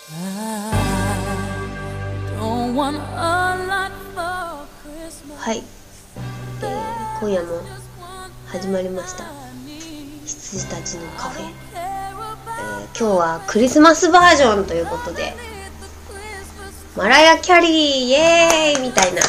はい、今夜も始まりました羊たちのカフェ、今日はクリスマスバージョンということでマライア・キャリーイエーイみたいな。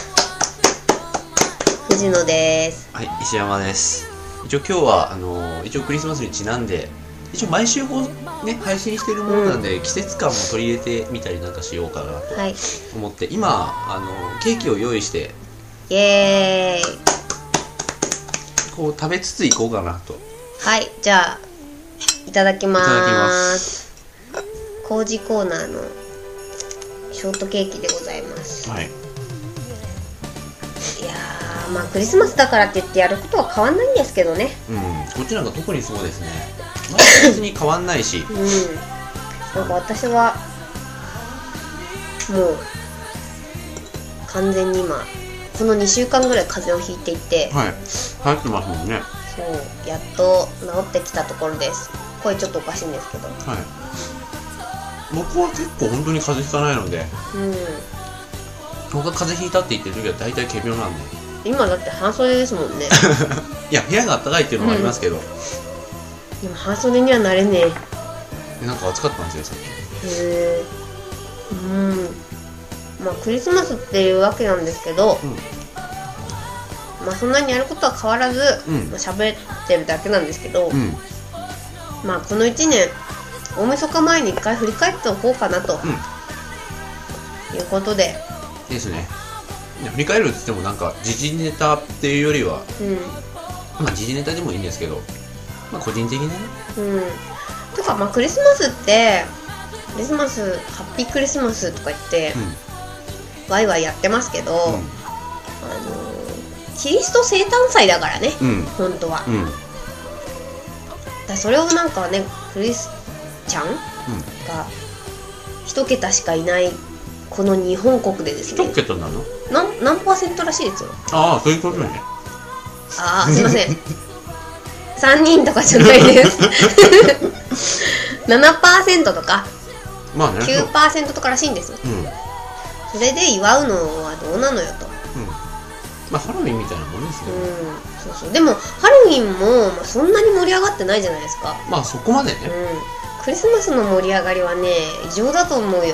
藤野です。 はい、石山です。一応今日は一応クリスマスにちなんで一応毎週配信してるものなんで、季節感も取り入れてみたりなんかしようかなと思って、今ケーキを用意してイエーイこう食べつついこうかなと。 はい、じゃあいただきます。工事コーナーのショートケーキでございます。 はい。 いやー、まあクリスマスだからって言ってやることは変わんないんですけどね。 こっちなんか特にそうですね。まあ別に変わんないし。 なんか私はもう完全に今この2週間ぐらい風邪をひいていて、 はい、流行ってますもんね。 そうやっと治ってきたところです。声ちょっとおかしいんですけど、 はい、僕は結構本当に風邪ひかないので、僕が風邪ひいたって言ってる時は大体仮病なんで。 今だって半袖ですもんね。 いや部屋が暖かいっていうのもありますけど、 今半袖にはなれねえ。なんか暑かったんですよさっき。 まあクリスマスっていうわけなんですけど、まあそんなにやることは変わらず、喋ってるだけなんですけど、まあこの1年大晦日前に1回振り返っておこうかなと、いうことでですね。振り返るって言ってもなんか時事ネタっていうよりは、まあ時事ネタでもいいんですけど、まあ個人的なね。 とかまあクリスマスってクリスマスハッピークリスマスとか言って、ワイワイやってますけど、キリスト生誕祭だからね、本当は。だそれをなんかね、クリスチャンが一桁しかいないこの日本国でですね。 一桁なの？ 何%らしいですよ。 ああ、そういうことね。 ああ、すいません。3人とかじゃないです。7% とか、 まあね、 9% とからしいんですよ。それで祝うのはどうなのよと。 まあハロウィンみたいなもんですね。 そうそう。でもハロウィンも、まあ、そんなに盛り上がってないじゃないですか。 まあそこまでね。 クリスマスの盛り上がりはね異常だと思うよ。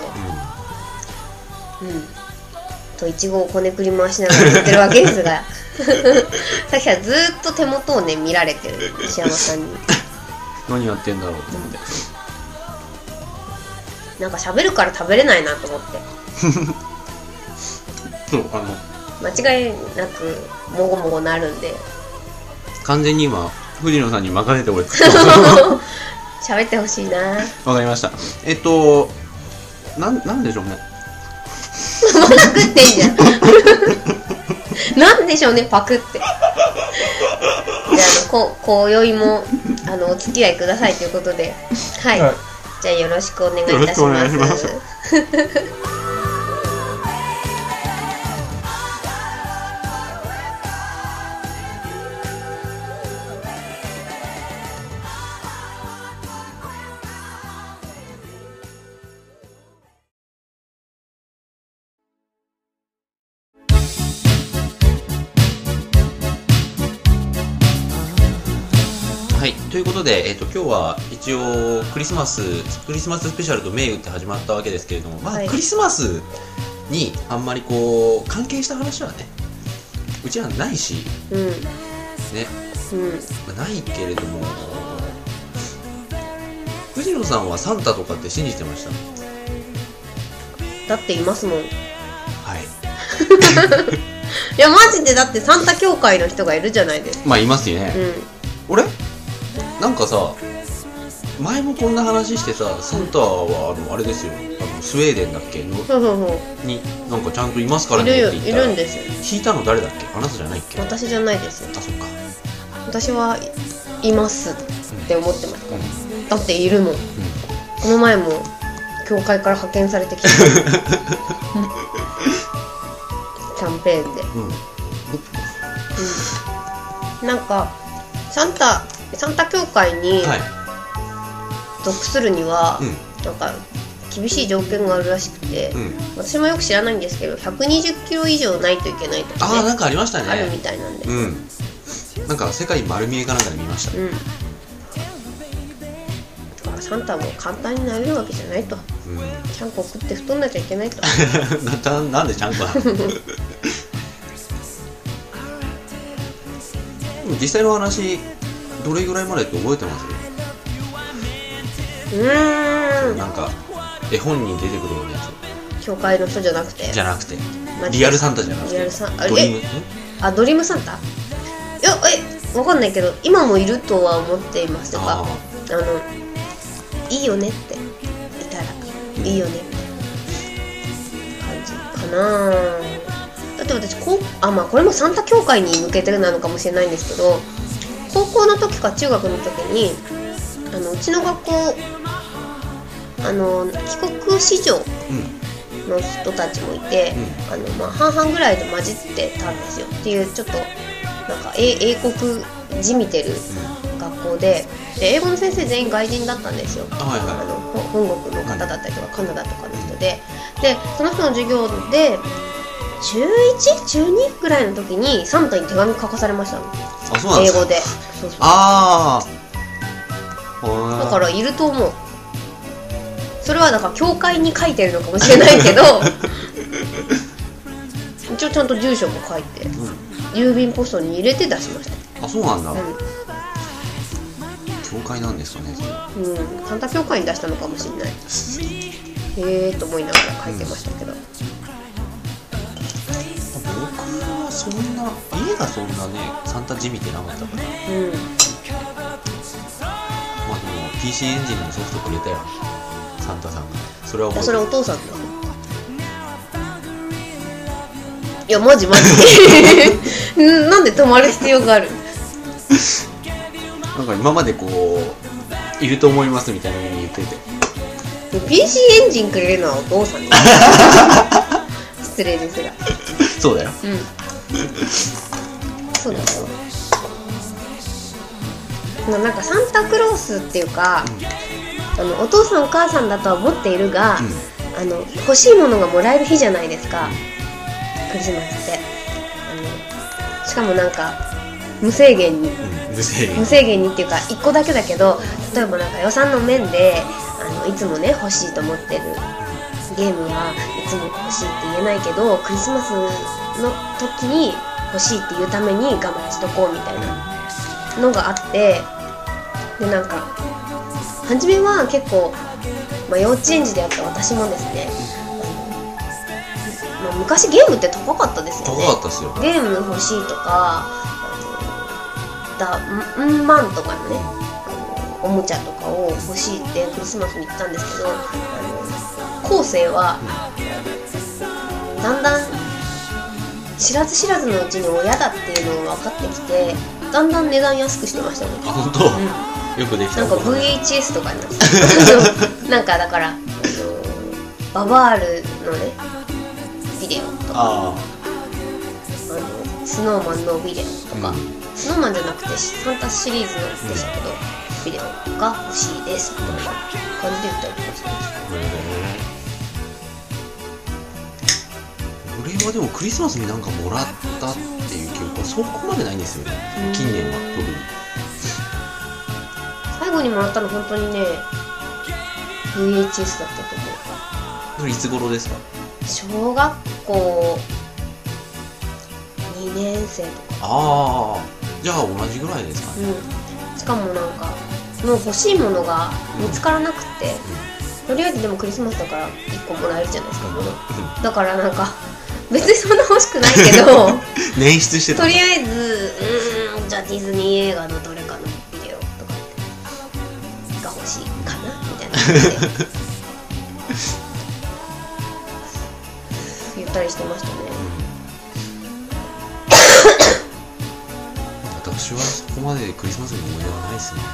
とイチゴをこねくり回しながら言ってるわけですが、さっきからずーっと手元をね見られてる石山さんに。 何やってんだろうと思って。 なんか喋るから食べれないなと思って。 そう間違いなくもごもごなるんで。 完全に今藤野さんに任せて俺喋ってほしいな。 わかりました。なんでしょうね。 まだ食ってんじゃん。なんでしょうね、パクって。じゃあ今宵もお付き合いくださいということで、はい、じゃあよろしくお願いいたします。 はい、ということで、今日は一応クリスマススペシャルと銘打って始まったわけですけれども、まあクリスマスにあんまりこう関係した話はね、うちはないし、ね、ないけれども、藤野さんはサンタとかって信じてました？ だっていますもん。 はい。 いやマジで、だってサンタ教会の人がいるじゃないですか。 まあいますよね。俺なんかさ、前もこんな話してさ、サンタはあれですよ、スウェーデンだっけのになんかちゃんといますからねって言ったら、 いるんですよ。 聞いたの誰だっけ？あなたじゃないっけ？ 私じゃないですよ。 あ、そっか。 私はいますって思ってます、だっているもん、この前も教会から派遣されてきたキャンペーンで、なんかサンタ教会に属するには、なんか厳しい条件があるらしくて、私もよく知らないんですけど120キロ以上ないといけないとかね、 なんかありましたね。 あるみたいなんで、 なんか世界丸見えかなんかで見ました。 だからサンタも簡単になれるわけじゃないと、ちゃんこ食って太んなきゃいけないとなんでちゃんこなのでも実際の話どれぐらいまでって覚えてます？なんか絵本に出てくるようなやつ、教会の人じゃなくてリアルサンタじゃなくてドリームサンタ、いやわかんないけど今もいるとは思っていますが、いいよねっていたらいいよねって感じかな。だって私これもサンタ協会に向けてなのかもしれないんですけど、高校の時か中学の時にうちの学校帰国子女の人たちもいて、半々ぐらいで混じってたんですよっていう、ちょっとなんか英国じみてる学校で、英語の先生全員外人だったんですよ。本国の方だったりとかカナダとかの人で、その人の授業で中1、中2ぐらいの時にサンタに手紙書かされましたの。英語で。そうだからいると思う。それはだから教会に書いてるのかもしれないけど一応ちゃんと住所も書いて、郵便ポストに入れて出しました。 そうなんだ。教会なんですかね、それ。 サンタ教会に出したのかもしれないと思いながら書いてましたけど、 僕はそんな家がそんなねサンタじみてなかったから、でも PC エンジンのソフトくれたよサンタさんが。それはそれお父さんだ。いやマジなんで止まる必要があるなんか今までこういると思いますみたいな風に言ってて、 PC エンジンくれるのはお父さんです失礼ですが。 そうだよ。 そうだよ。なんかサンタクロースっていうか、お父さんお母さんだとは思っているが、欲しいものがもらえる日じゃないですか、クリスマスって。しかもなんか無制限にっていうか1個だけだけど、例えばなんか予算の面でいつもね欲しいと思ってるゲームはいつも欲しいって言えないけど、クリスマスの時に欲しいっていうために我慢しとこうみたいなのがあって、でなんか初めは結構、幼稚園児であった私もですね、昔ゲームって高かったですよね。 高かったですよ。 ゲーム欲しいとかマンとかのねおもちゃとかを欲しいってクリスマスに言ったんですけど、後世はだんだん知らず知らずのうちに親だっていうのが分かってきて、だんだん値段安くしてましたね。 本当、よくできた。 なんか VHS とかになってなんかだからババールのねビデオとか、スノーマンのビデオとか、スノーマンじゃなくてサンタシリーズのでしたけど、ビデオが欲しいですみたいな感じで言ったりとかしてました。 俺はでもクリスマスになんかもらったっていう記憶はそこまでないんですよね、近年は特に。 最後にもらったの本当にね VHS だったと思う。 それいつ頃ですか？ 小学校2年生とか。 じゃあ同じぐらいですかね。 しかもなんかもう欲しいものが見つからなくて、とりあえずでもクリスマスだから1個もらえるじゃないですか、だからなんか別にそんな欲しくないけど捻出してた。 とりあえずじゃあディズニー映画のどれかのビデオとかが欲しいかなみたいな感じで言ったりしてましたね。 私はそこまでクリスマスの思い出はないですね。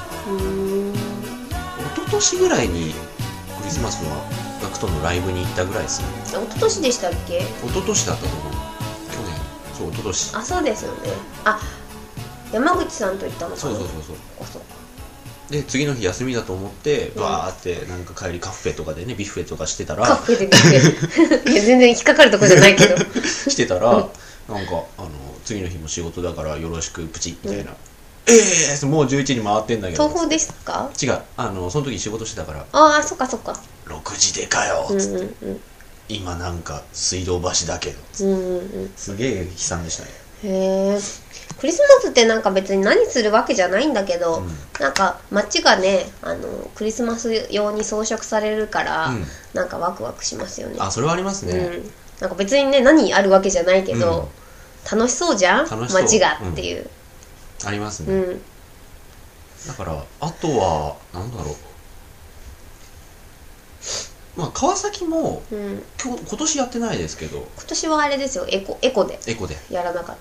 一昨年ぐらいにクリスマスのガクトのライブに行ったぐらいですね。 一昨年でしたっけ？ 一昨年だったと思う。去年。そう、一昨年。 そうですよね。山口さんと行ったのかな。そう。 で次の日休みだと思ってバーってなんか帰りカフェとかでねビュッフェとかしてたらカフェでビュッフェいや全然引っかかるとこじゃないけどしてたら、なんか次の日も仕事だからよろしくプチみたいな、もう11時回ってんだけど東宝ですか？ 違う、その時仕事してたからああそっかそっか 6時でかよっつって、今なんか水道橋だけど、すげえ悲惨でしたね。 へえ。クリスマスってなんか別に何するわけじゃないんだけど、なんか街がねクリスマス用に装飾されるから、なんかワクワクしますよね。 あ、それはありますね、 なんか別にね何あるわけじゃないけど、楽しそうじゃん街がっていう、 ありますね、だからあとはなんだろう、まあ川崎も、今年やってないですけど、 今年はあれですよ、エコでやらなかった。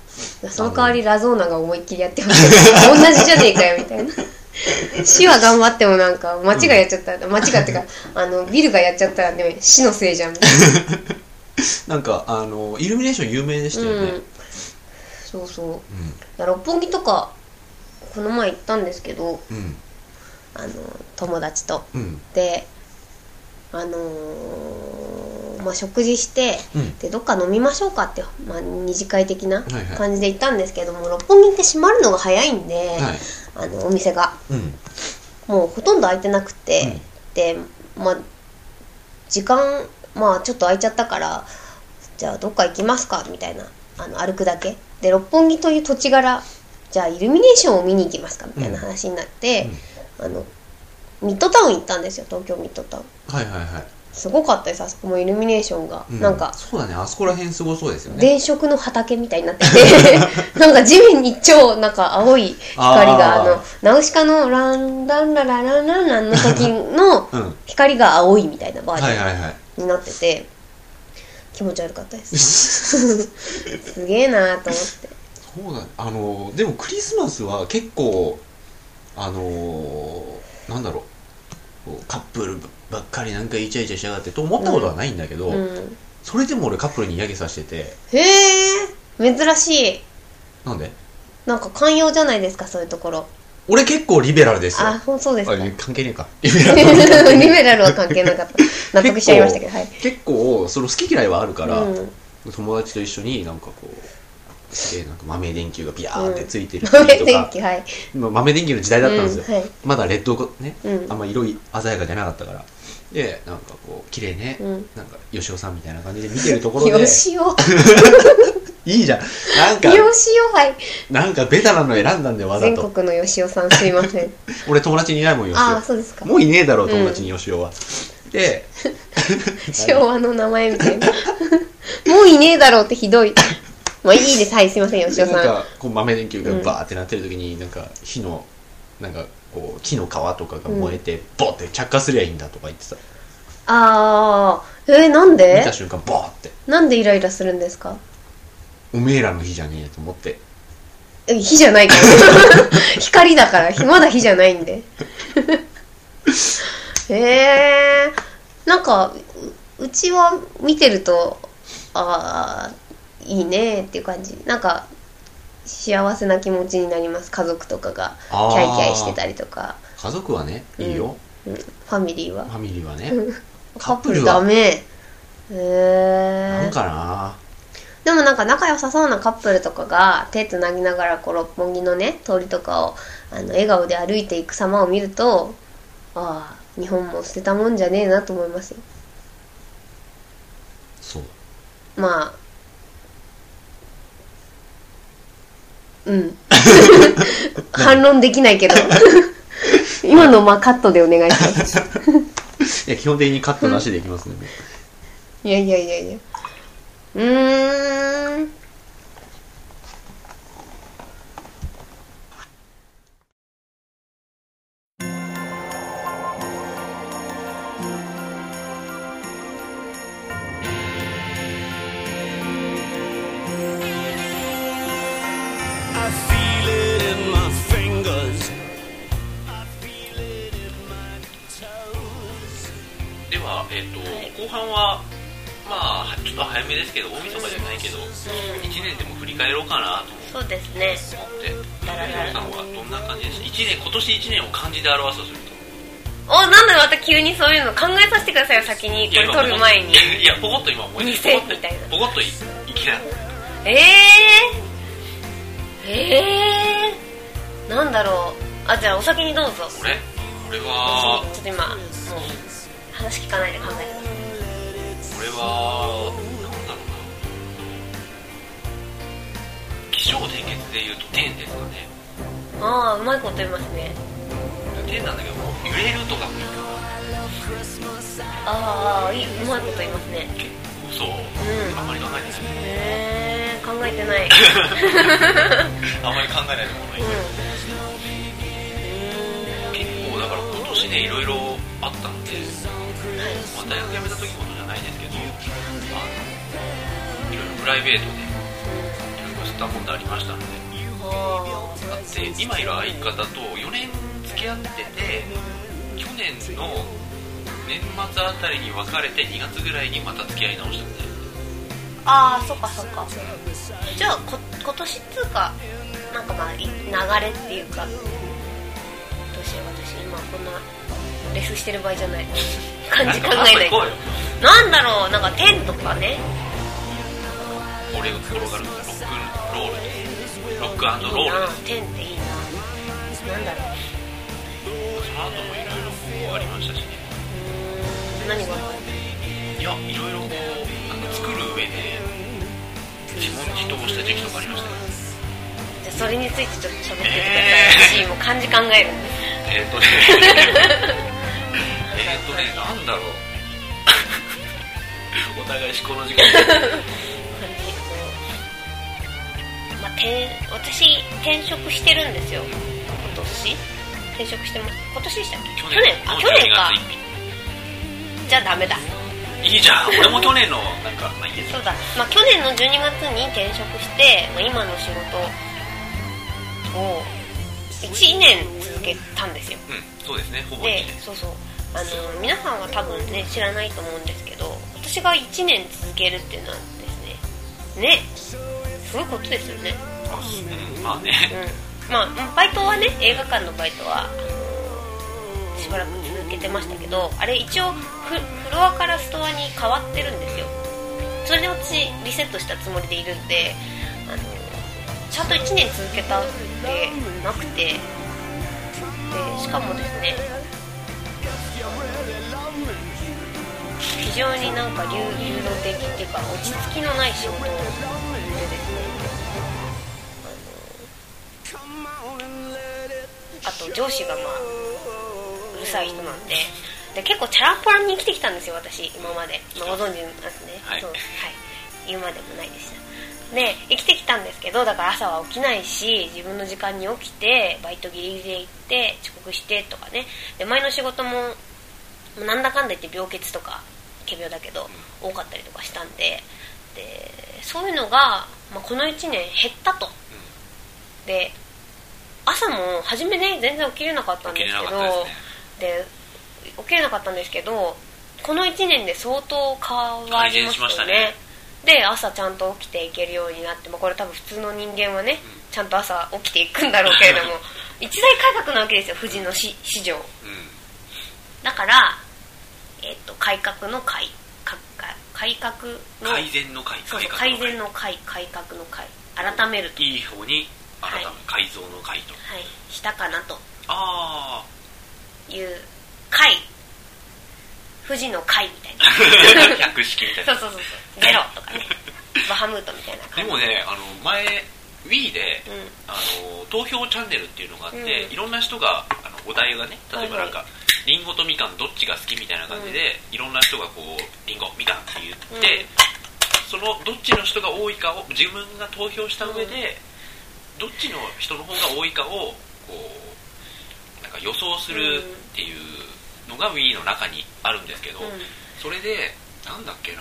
その代わりラゾーナが思いっきりやってました同じじゃねえかよみたいな市は頑張ってもなんか町がやっちゃったら、町がってかビルがやっちゃったらね市のせいじゃんみたいななんかイルミネーション有名でしたよね、 そうそう、六本木とかこの前行ったんですけど、友達と、でまあ、食事して、でどっか飲みましょうかって、まあ、二次会的な感じで行ったんですけども、六本木って閉まるのが早いんで、お店が、もうほとんど開いてなくて、で、まあ、時間、まあ、ちょっと空いちゃったからじゃあどっか行きますかみたいな、歩くだけで六本木という土地柄じゃあイルミネーションを見に行きますかみたいな話になって、ミッドタウン行ったんですよ、東京ミッドタウン。すごかったです、あそこもイルミネーションが、なんかそうだね、あそこら辺すごそうですよね。 電飾の畑みたいになっててなんか地面に超なんか青い光がナウシカのランランララランランランの時の光が青いみたいなバージョンになってて、気持ち悪かったですすげえなと思って。 そうだ、でもクリスマスは結構なんだろう、カップルばっかりなんかイチャイチャしやがってと思ったことはないんだけど、それでも俺カップルに嫌気さしてて。 へえ、珍しい。 なんで？ なんか寛容じゃないですか、そういうところ。 俺結構リベラルですよ。 あ、そうですか。 関係ねえか。 リベラルは関係なかった。納得しちゃいましたけど、はい。 結構その好き嫌いはあるから、友達と一緒になんかこうすげえなんか豆電球がビヤーってついてる豆電球、はい。 豆電球の時代だったんですよ。まだレッドね、あんま色鮮やかじゃなかったから。でなんかこう綺麗ね、なんか吉尾さんみたいな感じで見てるところで吉尾いいじゃん、なんか吉尾、はい、 なんかベタなの選んだんでわざと。 全国の吉尾さんすいません俺友達にいないもん吉尾。 ああ、そうですか。 もういねえだろう友達に吉尾は、で昭和の名前みたいなもういねえだろうってひどいまあいいです、はい、すいません吉尾さん。 なんかこう豆電球がバーってなってる時に、なんか火のなんかこう木の皮とかが燃えて、ボーって着火すりゃいいんだとか言ってた。 ああ、なんで？ 見た瞬間ボーって。 なんでイライラするんですか？ おめえらの火じゃねえと思って。 火じゃないから光だから、まだ火じゃないんでなんかうちは見てるといいねっていう感じ。なんか幸せな気持ちになります。家族とかがキャイキャイしてたりとか。 家族はね、いいよ、 ファミリーはねカップルダメ。 なんかな。 でもなんか仲良さそうなカップルとかが手つなぎながらこう六本木のね通りとかを笑顔で歩いていく様を見ると、ああ日本も捨てたもんじゃねえなと思いますよ。 そう。 まあ反論できないけど今のカットでお願いしますいや基本的にカットなしでいきますねいやでは、後半はまあちょっと早めですけど、大晦日じゃないけど、1年でも振り返ろうかなと思って。 そうですね。ださんはどんな感じです？今年1年を漢字で表すとすると。 なんでまた急にそういうの考えさせてくださいよ、先にこれ撮る前に。 いやポコッと今思いついた。 みたいな。 ポコッといきなり。 なんだろう。じゃあお先にどうぞ。 俺はちょっと今もう話聞かないで考えてください。 俺はなんだろうな、起承転結で言うと天ですかね。 うまいこと言いますね。 天なんだけど揺れるとかもいいかな。うまいこと言いますね。 結構そう、あんまり考えてない。 考えてないあんまり考えないと思うのに、結構だから今年ねいろいろあったんで、大学辞めた時ほどじゃないですけど、いろいろプライベートでいろいろ吸ったもんでありましたので、だって今いる相方と4年付き合ってて、去年の年末あたりに別れて2月ぐらいにまた付き合い直したんで。 そっかじゃあ今年っつうかなんか流れっていうか、どうしよう、私今こんなレスしてる場合じゃない感じ考えないと。なんだろう、なんか天とかね、 俺が転がるロック&ロールです。 天っていいな。なんだろう、 その後もいろいろありましたしね。 何があった？ いや、いろいろ作る上で自問自答した時期とかありましたよ。 じゃあそれについてちょっと喋ってください。私もう漢字考えるんで。 なんだろうお互い思考の時間私転職してるんですよ、今年。転職してます。今年でしたっけ？去年か。じゃあダメだ。 いいじゃん、俺も去年のなんか、いいです。 そうだ、去年の12月に転職して、今の仕事を1年続けたんですよ。 そうですね、ほぼ1年。 で、そう皆さんは多分ね知らないと思うんですけど、私が1年続けるっていうのはですね、すごいことですよね。バイトはね、映画館のバイトはしばらく続けてましたけど、あれ一応フロアからストアに変わってるんですよ。それで私リセットしたつもりでいるんで、ちゃんと1年続けたってなくて、でしかもですね、非常になんか流動的っていうか落ち着きのない仕事でですね、あと上司がうるさい人なんで、結構チャランポランに生きてきたんですよ、私今まで。ご存知なんですね。そう、言うまでもないでした。で生きてきたんですけど、だから朝は起きないし、自分の時間に起きてバイトギリギリで行って遅刻してとかね。で前の仕事もなんだかんだ言って病欠とか仮病だけど多かったりとかしたんで、そういうのが、この1年減ったと。で朝も初めね全然起きれなかったんですけど、起きれなかったんですけど、この1年で相当変わりましたよね。で朝ちゃんと起きていけるようになって、これ多分普通の人間はね、ちゃんと朝起きていくんだろうけれども一大改革なわけですよ、富士の市場。だから改革の改善の改革の改、改めると、 いい方に改め、改造の改と、 したかなという改、富士の会みたいな百式みたいなそうゼロとかねバハムートみたいな感じ。 でもね、前 Wii で、投票チャンネルっていうのがあって、いろんな人がお題がね、例えばなんか、リンゴとみかんどっちが好きみたいな感じで、いろんな人がこうリンゴみかんって言って、そのどっちの人が多いかを自分が投票した上で、どっちの人の方が多いかをこうなんか予想するっていうのが Wii の中にあるんですけど、それでなんだっけな、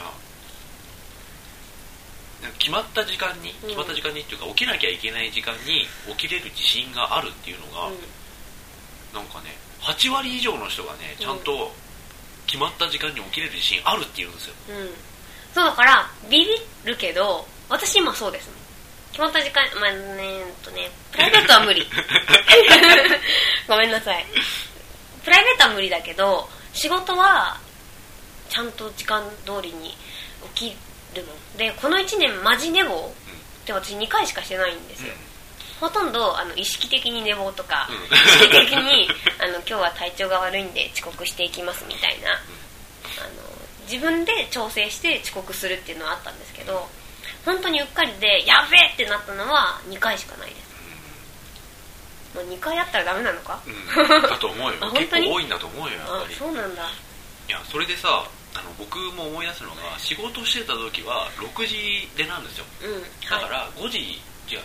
決まった時間にっていうか、起きなきゃいけない時間に起きれる自信があるっていうのが、なんかね8割以上の人がねちゃんと決まった時間に起きれる自信あるって言うんですよ。 そうだからビビるけど、私今そうですもん。 決まった時間、プライベートは無理ごめんなさい。プライベートは無理だけど仕事はちゃんと時間通りに起きるので、この1年マジ寝坊って私2回しかしてないんですよ、ほとんど意識的に寝坊とか、意識的に今日は体調が悪いんで遅刻していきますみたいな、自分で調整して遅刻するっていうのはあったんですけど、本当にうっかりでやべえってなったのは2回しかないです。もう2回やったらダメなのか、 だと思うよ結構多いんだと思うよやっぱり。 そうなんだ。 いやそれでさ僕も思い出すのが、仕事してた時は6時出なんですよ、だから5時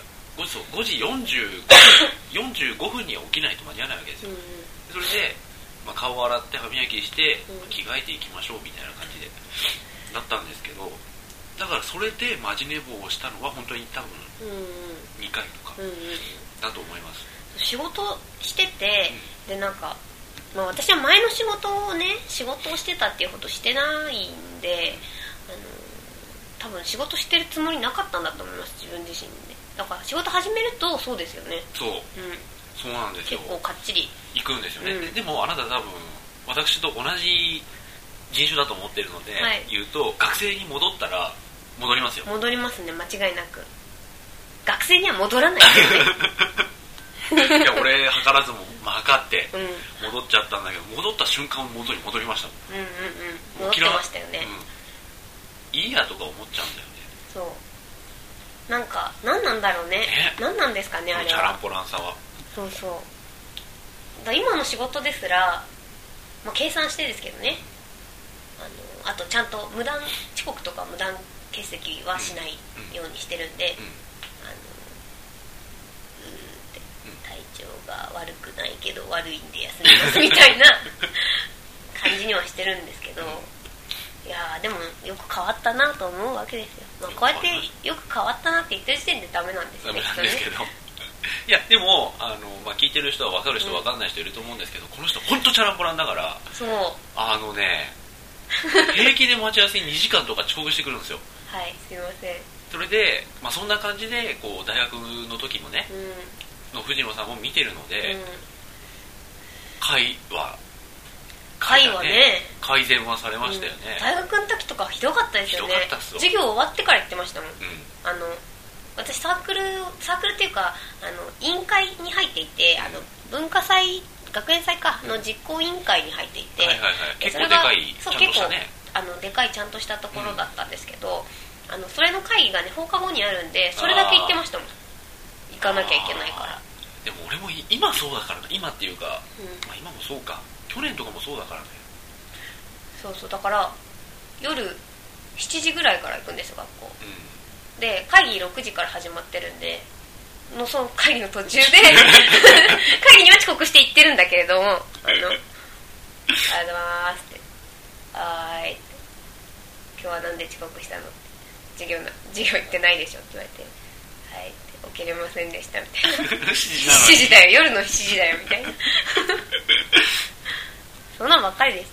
45分には起きないと間に合わないわけですよ、それで、顔を洗って歯磨きして、着替えていきましょうみたいな感じでだったんですけど、だからそれでマジ寝坊をしたのは本当に多分2回とかだと思います。 仕事してて、でなんか、私は前の仕事をしてたっていうことしてないんで、多分仕事してるつもりなかったんだと思います、自分自身で。だから仕事始めるとそうですよね。 そうなんですよ。 結構かっちり行くんですよね、でもあなた多分私と同じ人種だと思ってるので、言うと学生に戻ったら戻りますよ。 戻りますね、間違いなく。学生には戻らないですねいや俺図らずも測って戻っちゃったんだけど、戻った瞬間元に戻りましたもん。 戻ってましたよね、 いいやとか思っちゃうんだよね。 そうなんか何なんだろうね、何なんですかねあれは。 チャランポランさは。 だ今の仕事ですら、計算してですけどね、あとちゃんと無断遅刻とか無断欠席はしないようにしてるんで、体調が悪くないけど悪いんで休みますみたいな感じにはしてるんですけど、いやでもよく変わったなと思うわけですよ。こうやってよく変わったなって言ってる時点でダメなんですよね。 ダメなんですけどいやでも聞いてる人は分かる人分かんない人いると思うんですけど、この人本当チャランポランだから、平気で待ち合わせに2時間とか遅刻してくるんですよ。 はいすいません。 それで、そんな感じでこう大学の時もね、の藤野さんも見てるので、会はね改善はされましたよね、 大学の時とかひどかったですよね。 ひどかったっすよ。 授業終わってから行ってましたもん、私サークルっていうか委員会に入っていて、文化祭学園祭の実行委員会に入っていて、 結構でかいちゃんとしたね、 でかいちゃんとしたところだったんですけど、それの会議がね放課後にあるんで、それだけ行ってましたもん。行かなきゃいけないから。 でも俺も今そうだからな、今っていうか、今もそうか、去年とかもそうだからね。 そうだから夜7時ぐらいから行くんですよ学校、で会議6時から始まってるんで、その会議の途中で会議には遅刻して行ってるんだけれども、ありがとうございますって、はーいって、今日はなんで遅刻したのって、授業行ってないでしょって言われて、はいって起きれませんでしたみたいな7時だよ、夜の7時だよみたいなそんなんばっかりでした。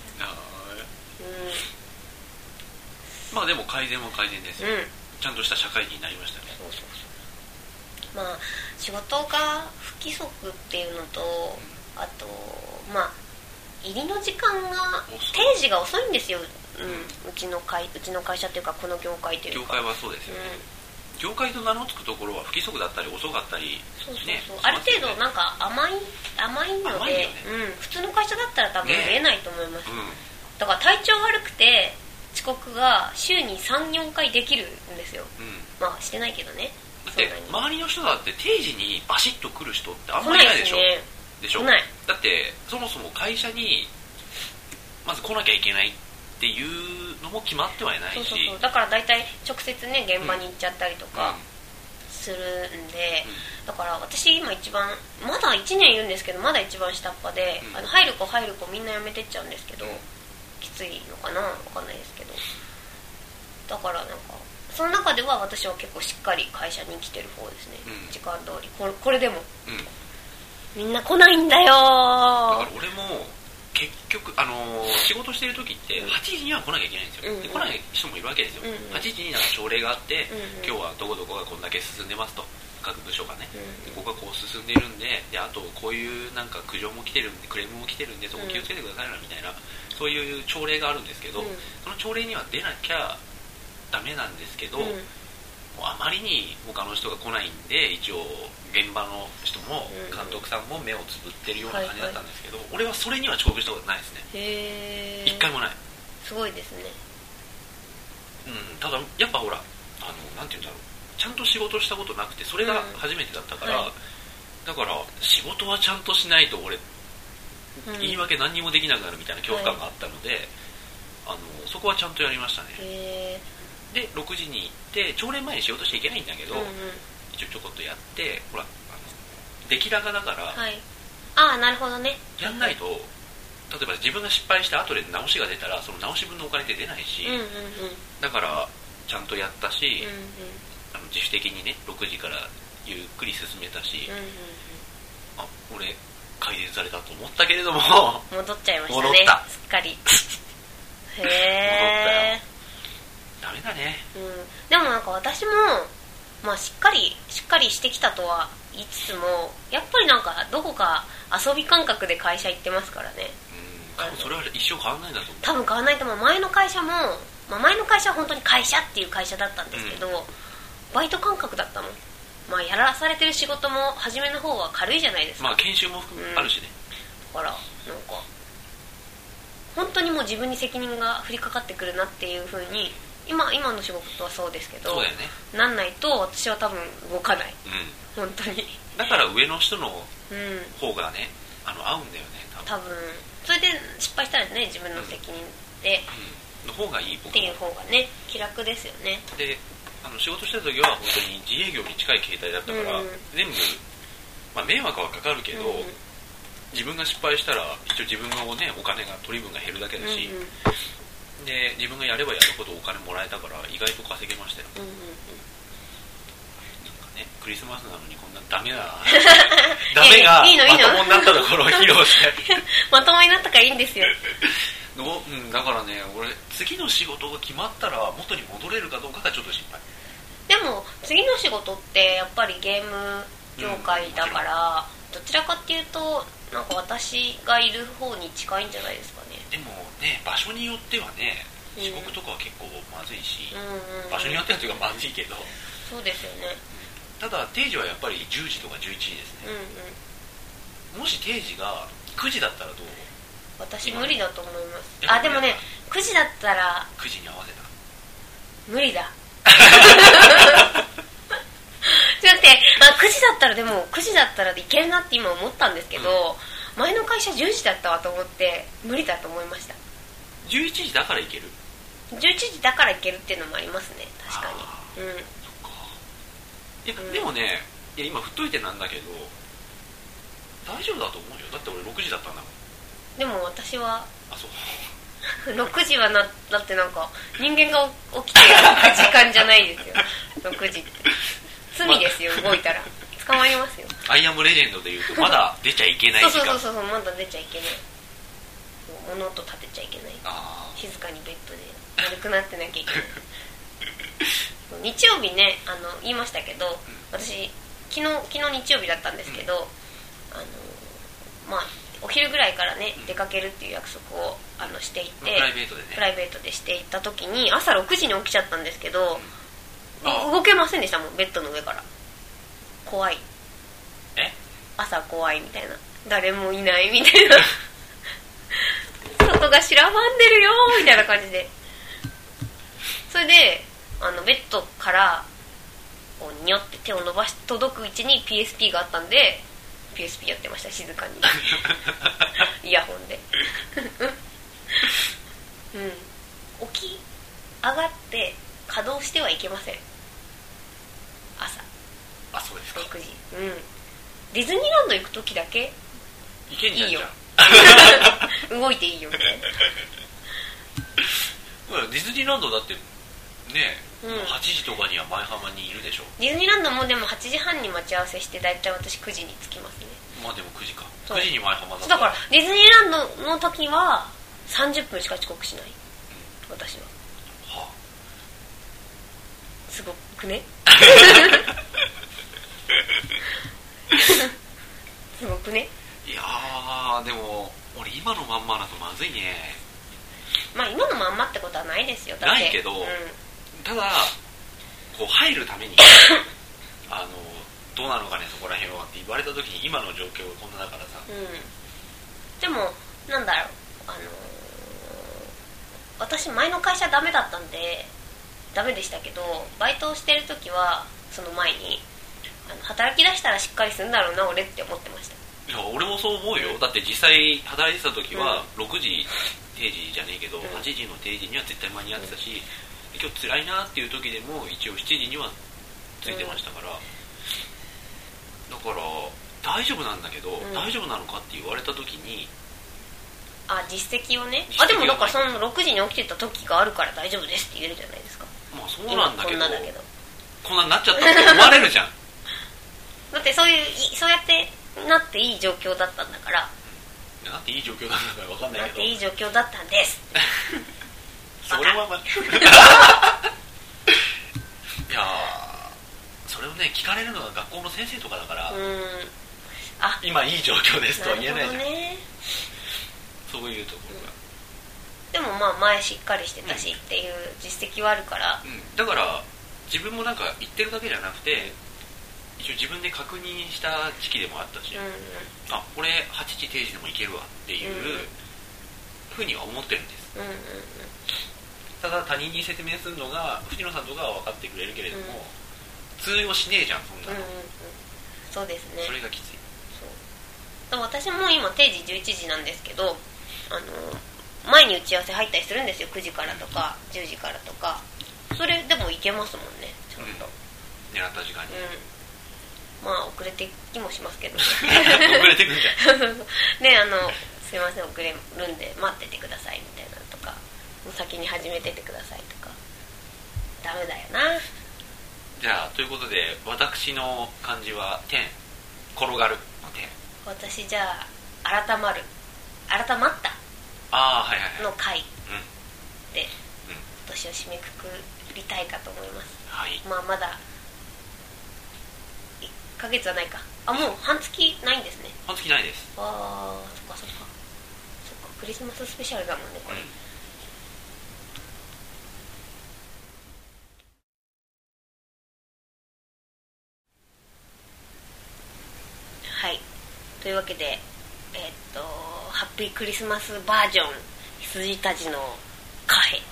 でも改善は改善ですよ、ちゃんとした社会人になりましたね。 仕事が不規則っていうのと、あと入りの時間が定時が遅いんですよ、うちの会社っていうかこの業界というか。 業界はそうですよね、業界と名の付くところは不規則だったり遅かったり、 ある程度なんか甘いので、普通の会社だったら多分見えないと思います、だから体調悪くて遅刻が週に 3,4 回できるんですよ、してないけどね。 だって周りの人だって定時にバシッと来る人ってあんまりいないでしょ。でしょ。だってそもそも会社にまず来なきゃいけないっていうのも決まってはいないし、 だから大体直接ね現場に行っちゃったりとかするんで、だから私今一番まだ1年いるんですけど、まだ一番下っ端で、入る子みんな辞めてっちゃうんですけど、きついのかなわかんないですけど、だからなんかその中では私は結構しっかり会社に来てる方ですね、時間通り。これでも、みんな来ないんだよ。だから俺も結局仕事してる時って8時には来なきゃいけないんですよ、で来ない人もいるわけですよ、8時になんか朝礼があって、今日はどこどこがこんだけ進んでますと、各部署がね、でここがこう進んでいるんで、あとこういうなんか苦情も来てるんで、クレームも来てるんで、そこ気をつけてくださいなみたいな、そういう朝礼があるんですけど、その朝礼には出なきゃダメなんですけど、もうあまりに他の人が来ないんで、一応現場の人も監督さんも目をつぶってるような感じだったんですけど、俺はそれには遅刻したことないですね。 へ一回もない。 すごいですね。 ただやっぱほらなんていうんだろう、ちゃんと仕事したことなくて、それが初めてだったから、だから仕事はちゃんとしないと俺、言い訳何にもできなくなるみたいな恐怖感があったので、そこはちゃんとやりましたね。で6時に行って朝礼前に仕事しちゃいけないんだけど、一応ちょこっとやって、ほら出来高だから、 ああなるほどね、 やんないと、例えば自分が失敗して後で直しが出たら、その直し分のお金って出ないし、だからちゃんとやったし、自主的にね6時からゆっくり進めたし、あ、俺改善されたと思ったけれども戻っちゃいましたね、 戻った、 すっかりへえ、 戻ったよ、ダメだね。 でもなんか私も、まあ、しっかりしてきたとは言いつつも、やっぱりなんかどこか遊び感覚で会社行ってますからね。 それは一生変わんないんだと思う。 多分変わんないと思う。前の会社も、前の会社は本当に会社っていう会社だったんですけど、バイト感覚だったもん。まあやらされてる仕事も初めの方は軽いじゃないですか。 まあ研修も含めあるしね、 だからなんか本当にもう自分に責任が降りかかってくるなっていう風に今の仕事はそうですけど、 そうだよね、 なんないと私は多分動かない、本当に。 だから上の人の方がね、合うんだよね、 多分それで失敗したらね、自分の責任で、 の方がいい、僕っていう方がね気楽ですよね。 で仕事してた時は本当に自営業に近い形態だったから、全部、迷惑はかかるけど、自分が失敗したら一応自分のねお金が取り分が減るだけだし、で自分がやればやるほどお金もらえたから意外と稼げましたよ。なんかね、クリスマスなのにこんなダメなダメがまともになったところを披露してまともになったからいいんですよ。 だからね、俺次の仕事が決まったら元に戻れるかどうかがちょっと心配。 でも次の仕事ってやっぱりゲーム業界だから、どちらかっていうとなんか私がいる方に近いんじゃないですかね。 でもね、場所によってはね、遅刻とかは結構まずいし、場所によってはというかまずいけど、 そうですよね。 ただ定時はやっぱり10時とか11時ですね。もし定時が9時だったらどう？ 私無理だと思います。でもね、9時だったら 9時に合わせた無理だじゃなくて、9時だったら、でも9時だったらいけるなって今思ったんですけど、前の会社10時だったわと思って無理だと思いました。 11時だからいける ？11時だからいけるっていうのもありますね、確かに。 そっか。でもね、今振っといてなんだけど大丈夫だと思うよ。だって俺6時だったんだもん。 でも私はそう 6時はだってなんか人間が起きてる時間じゃないですよ6時って罪ですよ、動いたら捕まりますよ。 アイアムレジェンドでいうとまだ出ちゃいけない時間そうまだ出ちゃいけない、物音立てちゃいけない、静かにベッドで丸くなってなきゃいけない日曜日ね、言いましたけど、私昨日日曜日だったんですけど、お昼ぐらいからね出かけるっていう約束をしていて、 プライベートでね、 プライベートでしていった時に朝6時に起きちゃったんですけど、動けませんでしたもん、ベッドの上から。怖い、朝怖いみたいな、誰もいないみたいな外が修羅場んでるよみたいな感じで、それでベッドからこうにょって手を伸ばし届く位置に PSP があったんで PSP やってました、静かにイヤホンで起き上がって稼働してはいけません、朝。 そうですか。 6時。ディズニーランド行く時だけ行けんじゃん、いいよ動いていいよみたいなディズニーランドだってね、8時とかには前浜にいるでしょ。 ディズニーランドもでも8時半に待ち合わせして、だいたい私9時に着きますね。 まあでも9時か。9時に前浜だった。 だからディズニーランドの時は30分しか遅刻しない、私は。 はあ、 すごくねすごくね。 いやーでも俺今のまんまだとまずいね。 まあ今のまんまってことはないですよ。だってないけど、ただこう入るためにどうなのかねそこら辺はって言われた時に今の状況がこんなだからさ、 でもなんだろう、私前の会社ダメだったんでダメでしたけど、バイトをしてる時はその前に働き出したらしっかりするんだろうな俺って思ってました。 いや俺もそう思うよ。だって実際働いてた時は6時定時じゃねえけど、8時の定時には絶対間に合ってたし、今日辛いなっていう時でも一応7時にはついてましたから、だから大丈夫なんだけど、大丈夫なのかって言われた時に実績をね、でもだからその6時に起きてた時があるから大丈夫ですって言えるじゃないですか。 まあそうなんだけど、 こんなになっちゃったって思われるじゃんだってそうやってなっていい状況だったんだから。 なっていい状況なんだから分かんないけど、 なっていい状況だったんですそれはまあいやそれをね聞かれるのが学校の先生とかだから、今いい状況ですとは言えないじゃん、ね、そういうところが、 でもまあ前しっかりしてたしっていう実績はあるから、 だから自分もなんか言ってるだけじゃなくて一応自分で確認した時期でもあったし、これ8時定時でもいけるわっていうふうには思ってるんです、ただ他人に説明するのが藤野さんとかは分かってくれるけれども、通用しねえじゃんそんなの、 そうですね。 それがきつい。 そう私も今定時11時なんですけど、前に打ち合わせ入ったりするんですよ。9時からとか10時からとか、それでもいけますもんねちゃんと、 狙った時間に、 まあ遅れてきもしますけど遅れてくんじゃんですいません遅れるんで待っててくださいみたいなとか、もう先に始めててくださいとか、ダメだよな。 じゃあということで私の漢字は転転がるの転、 私じゃあ改まったの回で今年を締めくくりたいかと思います、まあまだ1ヶ月はないか。もう半月ないんですね。 半月ないです。 そっかクリスマススペシャルだもんねこれ、はいというわけでハッピークリスマスバージョン羊たちのカフェ、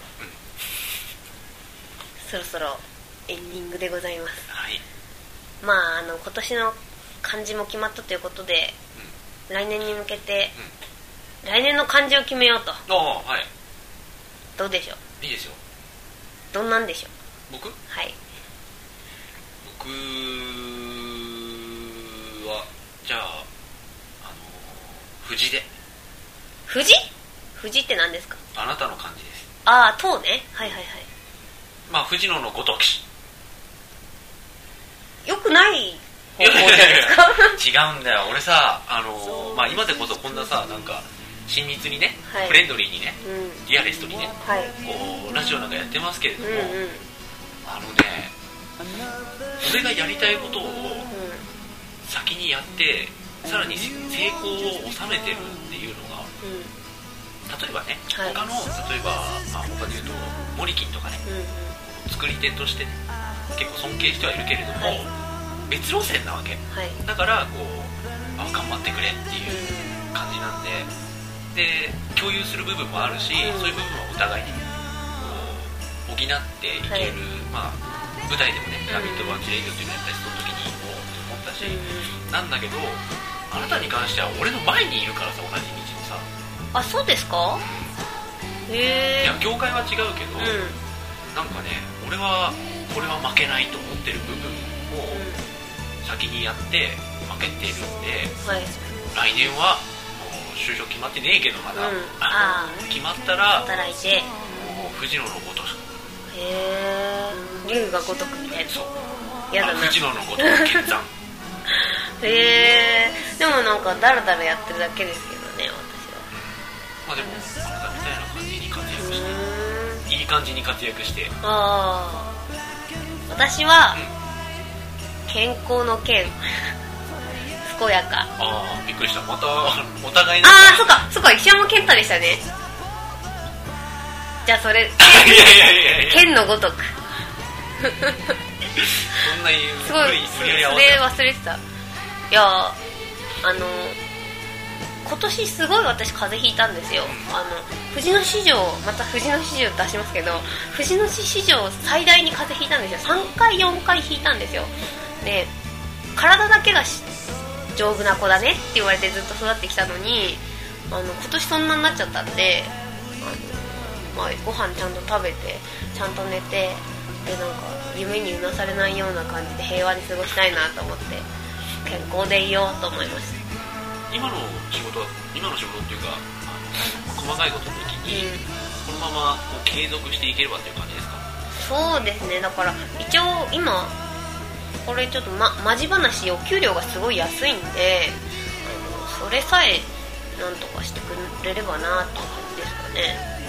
そろそろエンディングでございます。まあ今年の漢字も決まったということで、来年に向けて、来年の漢字を決めようと。どうでしょう。 いいですよ。 どんなんでしょう。 僕はい僕はじゃあ藤で。 藤って何ですか。 あなたの漢字です。 塔ね。はいまあ藤野のごとき。 よくない方法じゃないですか。 違うんだよ俺さまあ今でこそこんなさなんか親密にね、フレンドリーにね、リアリストにね、こうラジオなんかやってますけれども、俺がやりたいことを先にやってさらに成功を収めてるっていうのが、例えばね、他の例えば、他で言うとモリキンとかね、作り手として、ね、結構尊敬してはいるけれども、別路線なわけ、だからこう頑張ってくれっていう感じなんで共有する部分もあるし、そういう部分はお互いにこう補っていける、舞台でもね「ラビット！ワンチレイディオ」っていうのをやったりする時に思ったし、なんだけどあなたに関しては俺の前にいるからさ、同じ道のさ。 そうですか。へえ。 いや業界は違うけど、なんかね俺はこれは負けないと思ってる部分を先にやって負けてるんで、来年は就職決まってねえけどまだ、決まったら働いてもう藤野のごとく。 へえ。龍が如くみたいな。 そう。やだな。藤野のごとく決断。 でもなんかダラダラやってるだけですけどね、 まあでもあなたみたいな感じに活躍していい感じに活躍して。 私は、健康の健健やか。 びっくりした。またお互いの。 そっか石山健太でしたね。じゃあそれいや健のごとくそんな言うすごいそれ忘れてた。いや今年すごい私風邪ひいたんですよ。藤野市場、また藤野市場出しますけど、藤野市場最大に風邪ひいたんですよ。3回4回ひいたんですよ。で体だけが丈夫な子だねって言われてずっと育ってきたのに、今年そんなになっちゃったんで、ご飯ちゃんと食べてちゃんと寝て、でなんか夢にうなされないような感じで平和に過ごしたいなと思って健康でいようと思います。 今の仕事っていうか細かいことの時に、このままこう継続していければっていう感じですか？ そうですね。だから一応今これちょっとマジ話、お給料がすごい安いんで、それさえなんとかしてくれればなっていう感じですかね。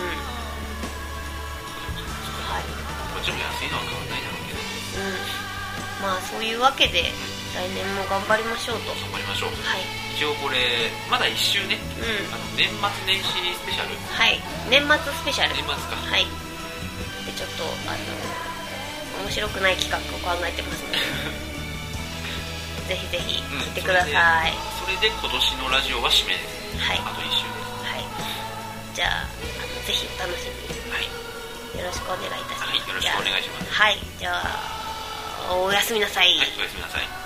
はい。 こっちも安いのは変わらないだろうけど。 まあそういうわけで来年も頑張りましょうと。 頑張りましょう。 はい。 一応これまだ1週ね。年末年始スペシャル。 はい。年末スペシャル。 年末か。 はい。でちょっと面白くない企画を考えてますのでぜひぜひ聞いてください。 それで今年のラジオは締めです。 はい。 あと1週です。 はい。じゃあぜひお楽しみに。 はい。 よろしくお願いいたします。 はい。よろしくお願いします。 はい。じゃあおやすみなさい。 はい。おやすみなさい。